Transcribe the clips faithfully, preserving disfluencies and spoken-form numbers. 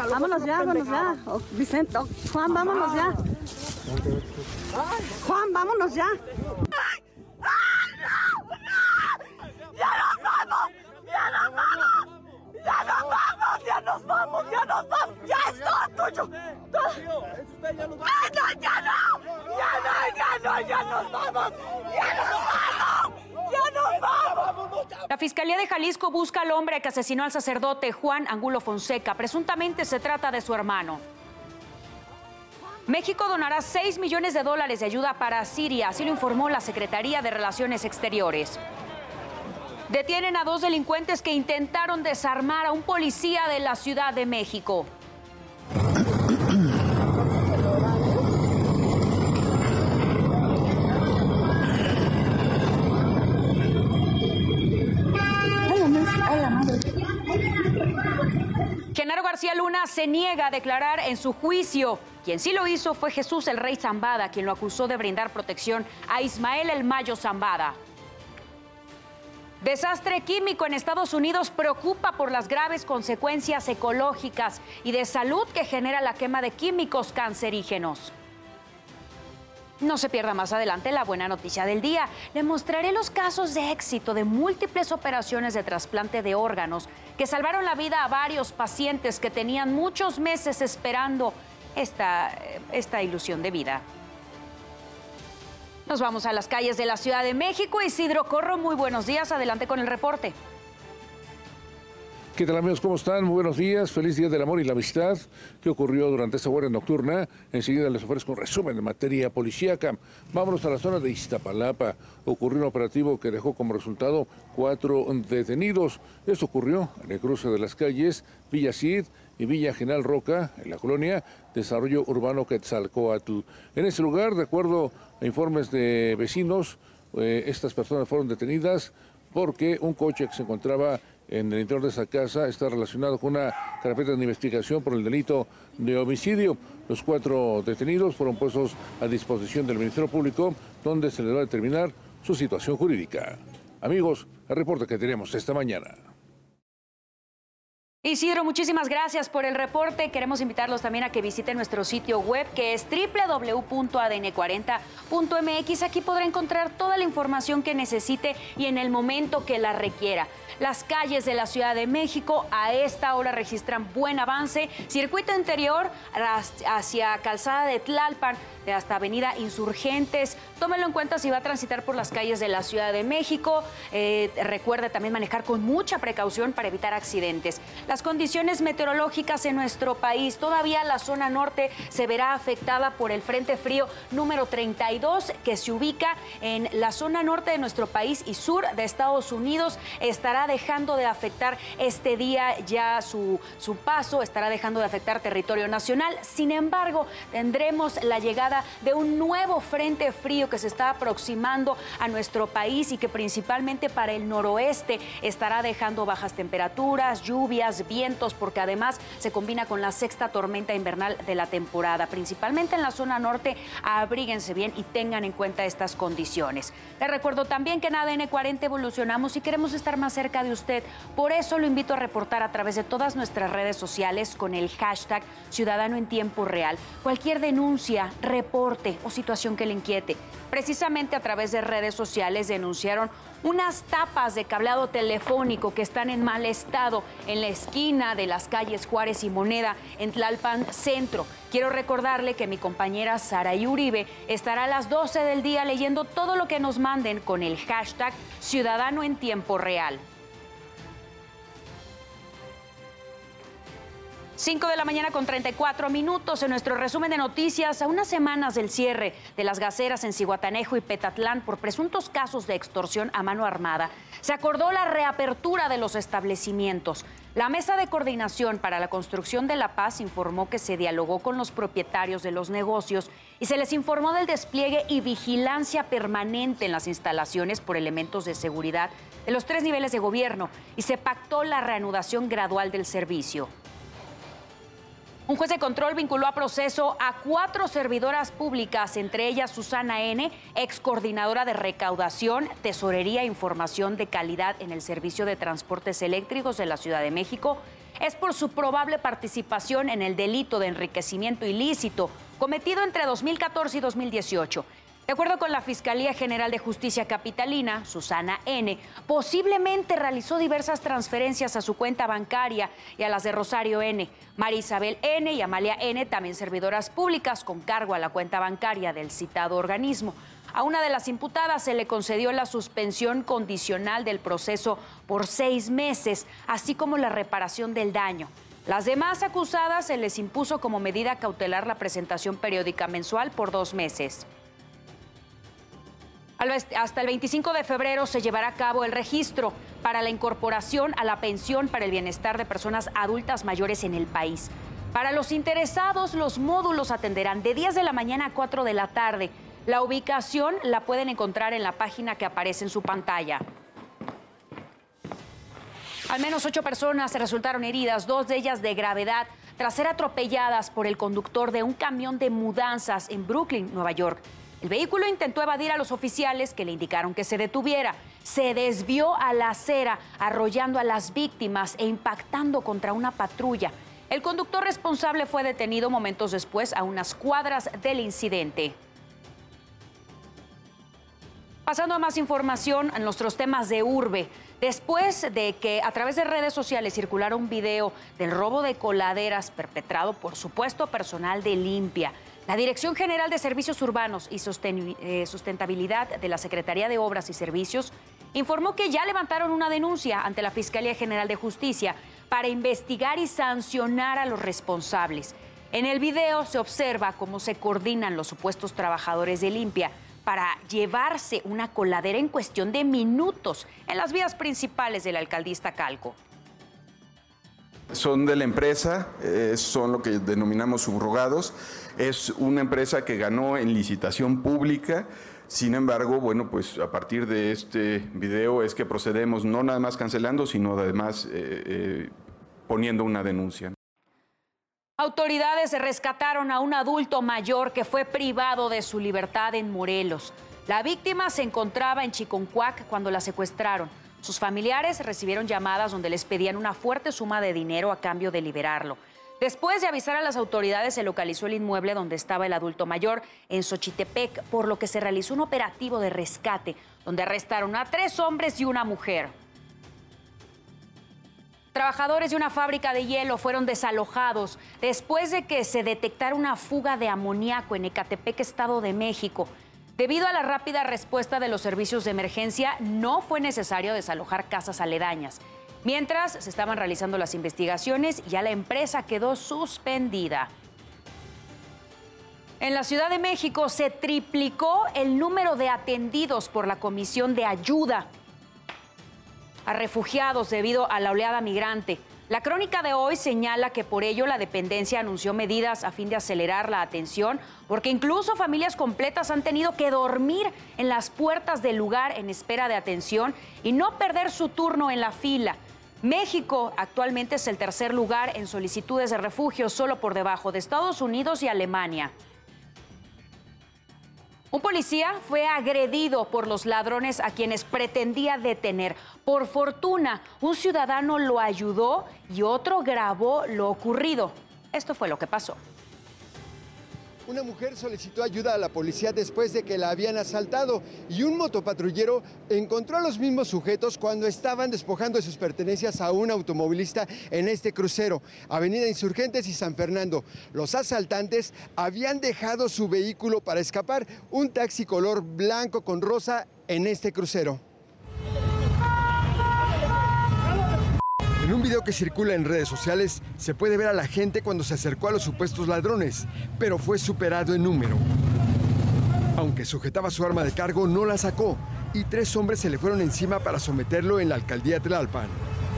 Vámonos ya, vámonos ya. Oh, Vicente, oh, Juan, vámonos ya. Juan, vámonos ya. ¡Ay! ¡Ay, no! ¡No! ¡Ya nos vamos! ¡Ya nos vamos! ¡Ya nos vamos! ¡Ya nos vamos! ¡Ya nos vamos! ¡Ya es todo tuyo! ¡Ah, no, ya no! ¡Ya no, ya no, ya nos vamos! ¡Ya nos vamos! ¡Ya nos vamos! La Fiscalía de Jalisco busca al hombre que asesinó al sacerdote Juan Angulo Fonseca. Presuntamente se trata de su hermano. México donará seis millones de dólares de ayuda para Siria, así lo informó la Secretaría de Relaciones Exteriores. Detienen a dos delincuentes que intentaron desarmar a un policía de la Ciudad de México. Genaro García Luna se niega a declarar en su juicio. Quien sí lo hizo fue Jesús el Rey Zambada, quien lo acusó de brindar protección a Ismael el Mayo Zambada. Desastre químico en Estados Unidos preocupa por las graves consecuencias ecológicas y de salud que genera la quema de químicos cancerígenos. No se pierda más adelante la buena noticia del día. Le mostraré los casos de éxito de múltiples operaciones de trasplante de órganos que salvaron la vida a varios pacientes que tenían muchos meses esperando esta, esta ilusión de vida. Nos vamos a las calles de la Ciudad de México. Isidro Corro, muy buenos días. Adelante con el reporte. ¿Qué tal, amigos? ¿Cómo están? Muy buenos días. Feliz Día del Amor y la Amistad. ¿Qué ocurrió durante esta guardia nocturna? Enseguida les ofrezco un resumen de materia policíaca. Vámonos a la zona de Iztapalapa. Ocurrió un operativo que dejó como resultado cuatro detenidos. Esto ocurrió en el cruce de las calles Villa Cid y Villa General Roca, en la colonia Desarrollo Urbano Quetzalcóatl. En ese lugar, de acuerdo a informes de vecinos, eh, estas personas fueron detenidas porque un coche que se encontraba en el interior de esa casa está relacionado con una carpeta de investigación por el delito de homicidio. Los cuatro detenidos fueron puestos a disposición del Ministerio Público, donde se les va a determinar su situación jurídica. Amigos, el reporte que tenemos esta mañana. Isidro, muchísimas gracias por el reporte. Queremos invitarlos también a que visiten nuestro sitio web, que es doble u doble u doble u punto a d n cuarenta punto m x. Aquí podrá encontrar toda la información que necesite y en el momento que la requiera. Las calles de la Ciudad de México a esta hora registran buen avance. Circuito interior hacia Calzada de Tlalpan, hasta Avenida Insurgentes. Tómelo en cuenta si va a transitar por las calles de la Ciudad de México. Eh, recuerde también manejar con mucha precaución para evitar accidentes. Las condiciones meteorológicas en nuestro país. Todavía la zona norte se verá afectada por el Frente Frío número treinta y dos, que se ubica en la zona norte de nuestro país y sur de Estados Unidos. Estará dejando de afectar este día ya su, su paso, estará dejando de afectar territorio nacional. Sin embargo, tendremos la llegada de un nuevo frente frío que se está aproximando a nuestro país y que principalmente para el noroeste estará dejando bajas temperaturas, lluvias, vientos, porque además se combina con la sexta tormenta invernal de la temporada. Principalmente en la zona norte, abríguense bien y tengan en cuenta estas condiciones. Les recuerdo también que en A D N cuarenta evolucionamos y queremos estar más cerca de usted. Por eso lo invito a reportar a través de todas nuestras redes sociales con el hashtag Ciudadano en Tiempo Real cualquier denuncia, reporte o situación que le inquiete. Precisamente a través de redes sociales denunciaron unas tapas de cableado telefónico que están en mal estado en la esquina de las calles Juárez y Moneda en Tlalpan Centro. Quiero recordarle que mi compañera Saraí Uribe estará a las doce del día leyendo todo lo que nos manden con el hashtag Ciudadano en Tiempo Real. cinco de la mañana con treinta y cuatro minutos en nuestro resumen de noticias. A unas semanas del cierre de las gaseras en Zihuatanejo y Petatlán por presuntos casos de extorsión a mano armada, se acordó la reapertura de los establecimientos. La Mesa de Coordinación para la Construcción de la Paz informó que se dialogó con los propietarios de los negocios y se les informó del despliegue y vigilancia permanente en las instalaciones por elementos de seguridad de los tres niveles de gobierno y se pactó la reanudación gradual del servicio. Un juez de control vinculó a proceso a cuatro servidoras públicas, entre ellas Susana N., ex coordinadora de recaudación, tesorería e información de calidad en el Servicio de Transportes Eléctricos de la Ciudad de México. Es por su probable participación en el delito de enriquecimiento ilícito cometido entre dos mil catorce y dos mil dieciocho. De acuerdo con la Fiscalía General de Justicia Capitalina, Susana N. posiblemente realizó diversas transferencias a su cuenta bancaria y a las de Rosario N., María Isabel N. y Amalia N., también servidoras públicas con cargo a la cuenta bancaria del citado organismo. A una de las imputadas se le concedió la suspensión condicional del proceso por seis meses, así como la reparación del daño. Las demás acusadas se les impuso como medida cautelar la presentación periódica mensual por dos meses. Hasta el veinticinco de febrero se llevará a cabo el registro para la incorporación a la pensión para el bienestar de personas adultas mayores en el país. Para los interesados, los módulos atenderán de diez de la mañana a cuatro de la tarde. La ubicación la pueden encontrar en la página que aparece en su pantalla. Al menos ocho personas resultaron heridas, dos de ellas de gravedad, tras ser atropelladas por el conductor de un camión de mudanzas en Brooklyn, Nueva York. El vehículo intentó evadir a los oficiales que le indicaron que se detuviera. Se desvió a la acera, arrollando a las víctimas e impactando contra una patrulla. El conductor responsable fue detenido momentos después a unas cuadras del incidente. Pasando a más información en nuestros temas de urbe. Después de que a través de redes sociales circulara un video del robo de coladeras perpetrado por supuesto personal de Limpia, la Dirección General de Servicios Urbanos y Sustentabilidad de la Secretaría de Obras y Servicios informó que ya levantaron una denuncia ante la Fiscalía General de Justicia para investigar y sancionar a los responsables. En el video se observa cómo se coordinan los supuestos trabajadores de Limpia para llevarse una coladera en cuestión de minutos en las vías principales de la alcaldía Iztacalco. Son de la empresa, eh, son lo que denominamos subrogados. Es una empresa que ganó en licitación pública. Sin embargo, bueno, pues a partir de este video es que procedemos no nada más cancelando, sino además eh, eh, poniendo una denuncia. Autoridades rescataron a un adulto mayor que fue privado de su libertad en Morelos. La víctima se encontraba en Chiconcuac cuando la secuestraron. Sus familiares recibieron llamadas donde les pedían una fuerte suma de dinero a cambio de liberarlo. Después de avisar a las autoridades, se localizó el inmueble donde estaba el adulto mayor en Xochitepec, por lo que se realizó un operativo de rescate, donde arrestaron a tres hombres y una mujer. Trabajadores de una fábrica de hielo fueron desalojados después de que se detectara una fuga de amoníaco en Ecatepec, Estado de México. Debido a la rápida respuesta de los servicios de emergencia, no fue necesario desalojar casas aledañas. Mientras se estaban realizando las investigaciones, ya la empresa quedó suspendida. En la Ciudad de México se triplicó el número de atendidos por la Comisión de Ayuda a Refugiados debido a la oleada migrante. La crónica de hoy señala que por ello la dependencia anunció medidas a fin de acelerar la atención, porque incluso familias completas han tenido que dormir en las puertas del lugar en espera de atención y no perder su turno en la fila. México actualmente es el tercer lugar en solicitudes de refugio, solo por debajo de Estados Unidos y Alemania. Un policía fue agredido por los ladrones a quienes pretendía detener. Por fortuna, un ciudadano lo ayudó y otro grabó lo ocurrido. Esto fue lo que pasó. Una mujer solicitó ayuda a la policía después de que la habían asaltado y un motopatrullero encontró a los mismos sujetos cuando estaban despojando de sus pertenencias a un automovilista en este crucero, Avenida Insurgentes y San Fernando. Los asaltantes habían dejado su vehículo para escapar, un taxi color blanco con rosa en este crucero. En un video que circula en redes sociales se puede ver a la gente cuando se acercó a los supuestos ladrones, pero fue superado en número. Aunque sujetaba su arma de cargo, no la sacó y tres hombres se le fueron encima para someterlo en la alcaldía Tlalpan.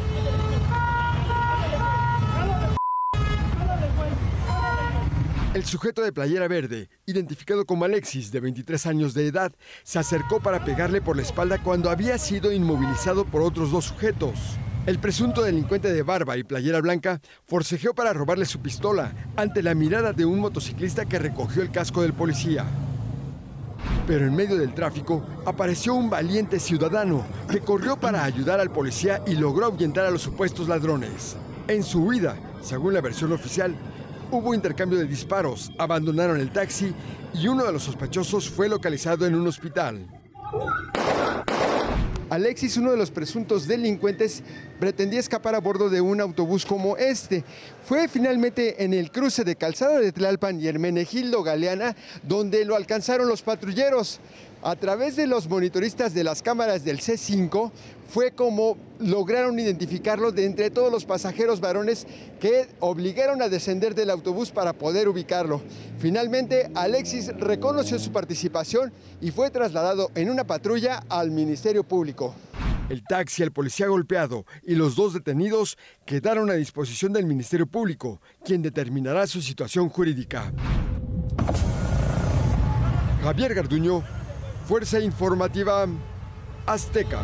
El sujeto de playera verde, identificado como Alexis, de veintitrés años de edad, se acercó para pegarle por la espalda cuando había sido inmovilizado por otros dos sujetos. El presunto delincuente de barba y playera blanca forcejeó para robarle su pistola ante la mirada de un motociclista que recogió el casco del policía. Pero en medio del tráfico apareció un valiente ciudadano que corrió para ayudar al policía y logró ahuyentar a los supuestos ladrones. En su huida, según la versión oficial, hubo intercambio de disparos, abandonaron el taxi y uno de los sospechosos fue localizado en un hospital. Alexis, uno de los presuntos delincuentes, pretendía escapar a bordo de un autobús como este. Fue finalmente en el cruce de Calzada de Tlalpan y Hermenegildo Galeana donde lo alcanzaron los patrulleros. A través de los monitoristas de las cámaras del C cinco fue como lograron identificarlo de entre todos los pasajeros varones que obligaron a descender del autobús para poder ubicarlo. Finalmente, Alexis reconoció su participación y fue trasladado en una patrulla al Ministerio Público. El taxi, el policía golpeado y los dos detenidos quedaron a disposición del Ministerio Público, quien determinará su situación jurídica. Javier Garduño, Fuerza Informativa Azteca.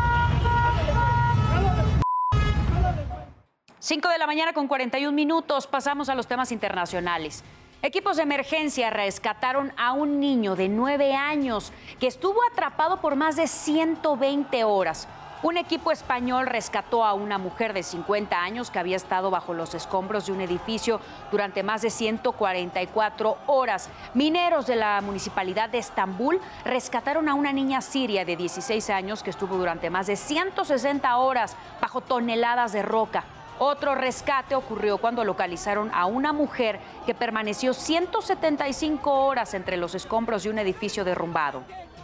cinco de la mañana con cuarenta y un minutos. Pasamos a los temas internacionales. Equipos de emergencia rescataron a un niño de nueve años que estuvo atrapado por más de ciento veinte horas. Un equipo español rescató a una mujer de cincuenta años que había estado bajo los escombros de un edificio durante más de ciento cuarenta y cuatro horas. Mineros de la municipalidad de Estambul rescataron a una niña siria de dieciséis años que estuvo durante más de ciento sesenta horas bajo toneladas de roca. Otro rescate ocurrió cuando localizaron a una mujer que permaneció ciento setenta y cinco horas entre los escombros de un edificio derrumbado.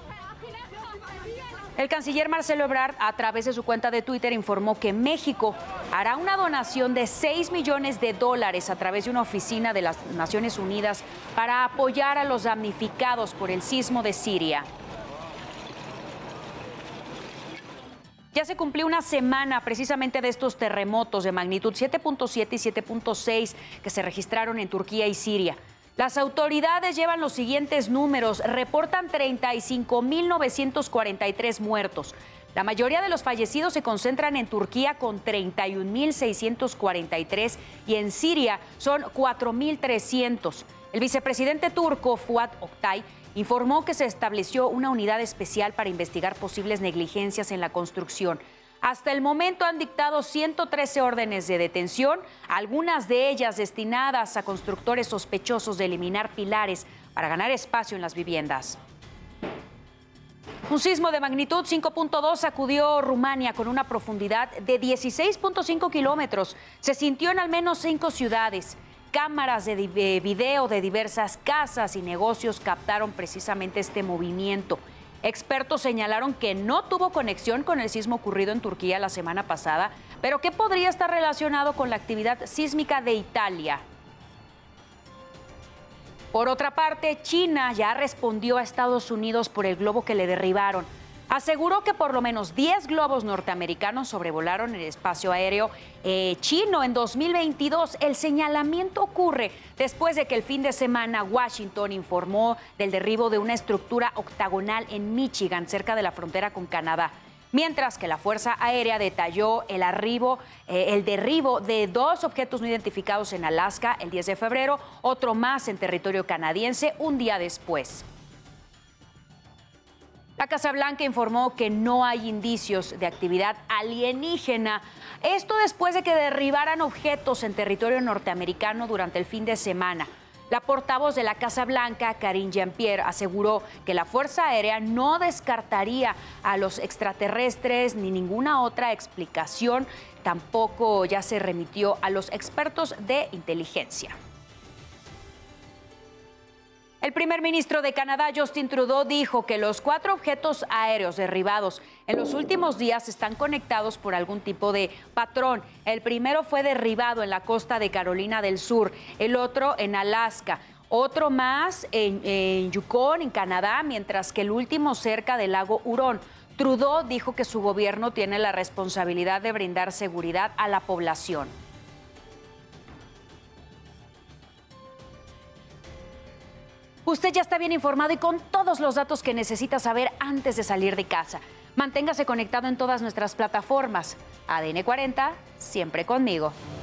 El canciller Marcelo Ebrard, a través de su cuenta de Twitter, informó que México hará una donación de seis millones de dólares a través de una oficina de las Naciones Unidas para apoyar a los damnificados por el sismo de Siria. Ya se cumplió una semana precisamente de estos terremotos de magnitud siete punto siete y siete punto seis que se registraron en Turquía y Siria. Las autoridades llevan los siguientes números, reportan treinta y cinco mil novecientos cuarenta y tres muertos. La mayoría de los fallecidos se concentran en Turquía con treinta y un mil seiscientos cuarenta y tres y en Siria son cuatro mil trescientos. El vicepresidente turco Fuat Oktay informó que se estableció una unidad especial para investigar posibles negligencias en la construcción. Hasta el momento han dictado ciento trece órdenes de detención, algunas de ellas destinadas a constructores sospechosos de eliminar pilares para ganar espacio en las viviendas. Un sismo de magnitud cinco punto dos sacudió Rumania con una profundidad de dieciséis punto cinco kilómetros. Se sintió en al menos cinco ciudades. Cámaras de video de diversas casas y negocios captaron precisamente este movimiento. Expertos señalaron que no tuvo conexión con el sismo ocurrido en Turquía la semana pasada, pero que podría estar relacionado con la actividad sísmica de Italia. Por otra parte, China ya respondió a Estados Unidos por el globo que le derribaron. Aseguró que por lo menos diez globos norteamericanos sobrevolaron el espacio aéreo eh, chino en dos mil veintidós. El señalamiento ocurre después de que el fin de semana Washington informó del derribo de una estructura octagonal en Michigan, cerca de la frontera con Canadá. Mientras que la Fuerza Aérea detalló el, arribo, eh, el derribo de dos objetos no identificados en Alaska el diez de febrero, otro más en territorio canadiense un día después. La Casa Blanca informó que no hay indicios de actividad alienígena. Esto después de que derribaran objetos en territorio norteamericano durante el fin de semana. La portavoz de la Casa Blanca, Karine Jean-Pierre, aseguró que la Fuerza Aérea no descartaría a los extraterrestres ni ninguna otra explicación. Tampoco ya se remitió a los expertos de inteligencia. El primer ministro de Canadá, Justin Trudeau, dijo que los cuatro objetos aéreos derribados en los últimos días están conectados por algún tipo de patrón. El primero fue derribado en la costa de Carolina del Sur, el otro en Alaska, otro más en, en Yukon, en Canadá, mientras que el último cerca del lago Hurón. Trudeau dijo que su gobierno tiene la responsabilidad de brindar seguridad a la población. Usted ya está bien informado y con todos los datos que necesita saber antes de salir de casa. Manténgase conectado en todas nuestras plataformas. A D N cuarenta, siempre conmigo.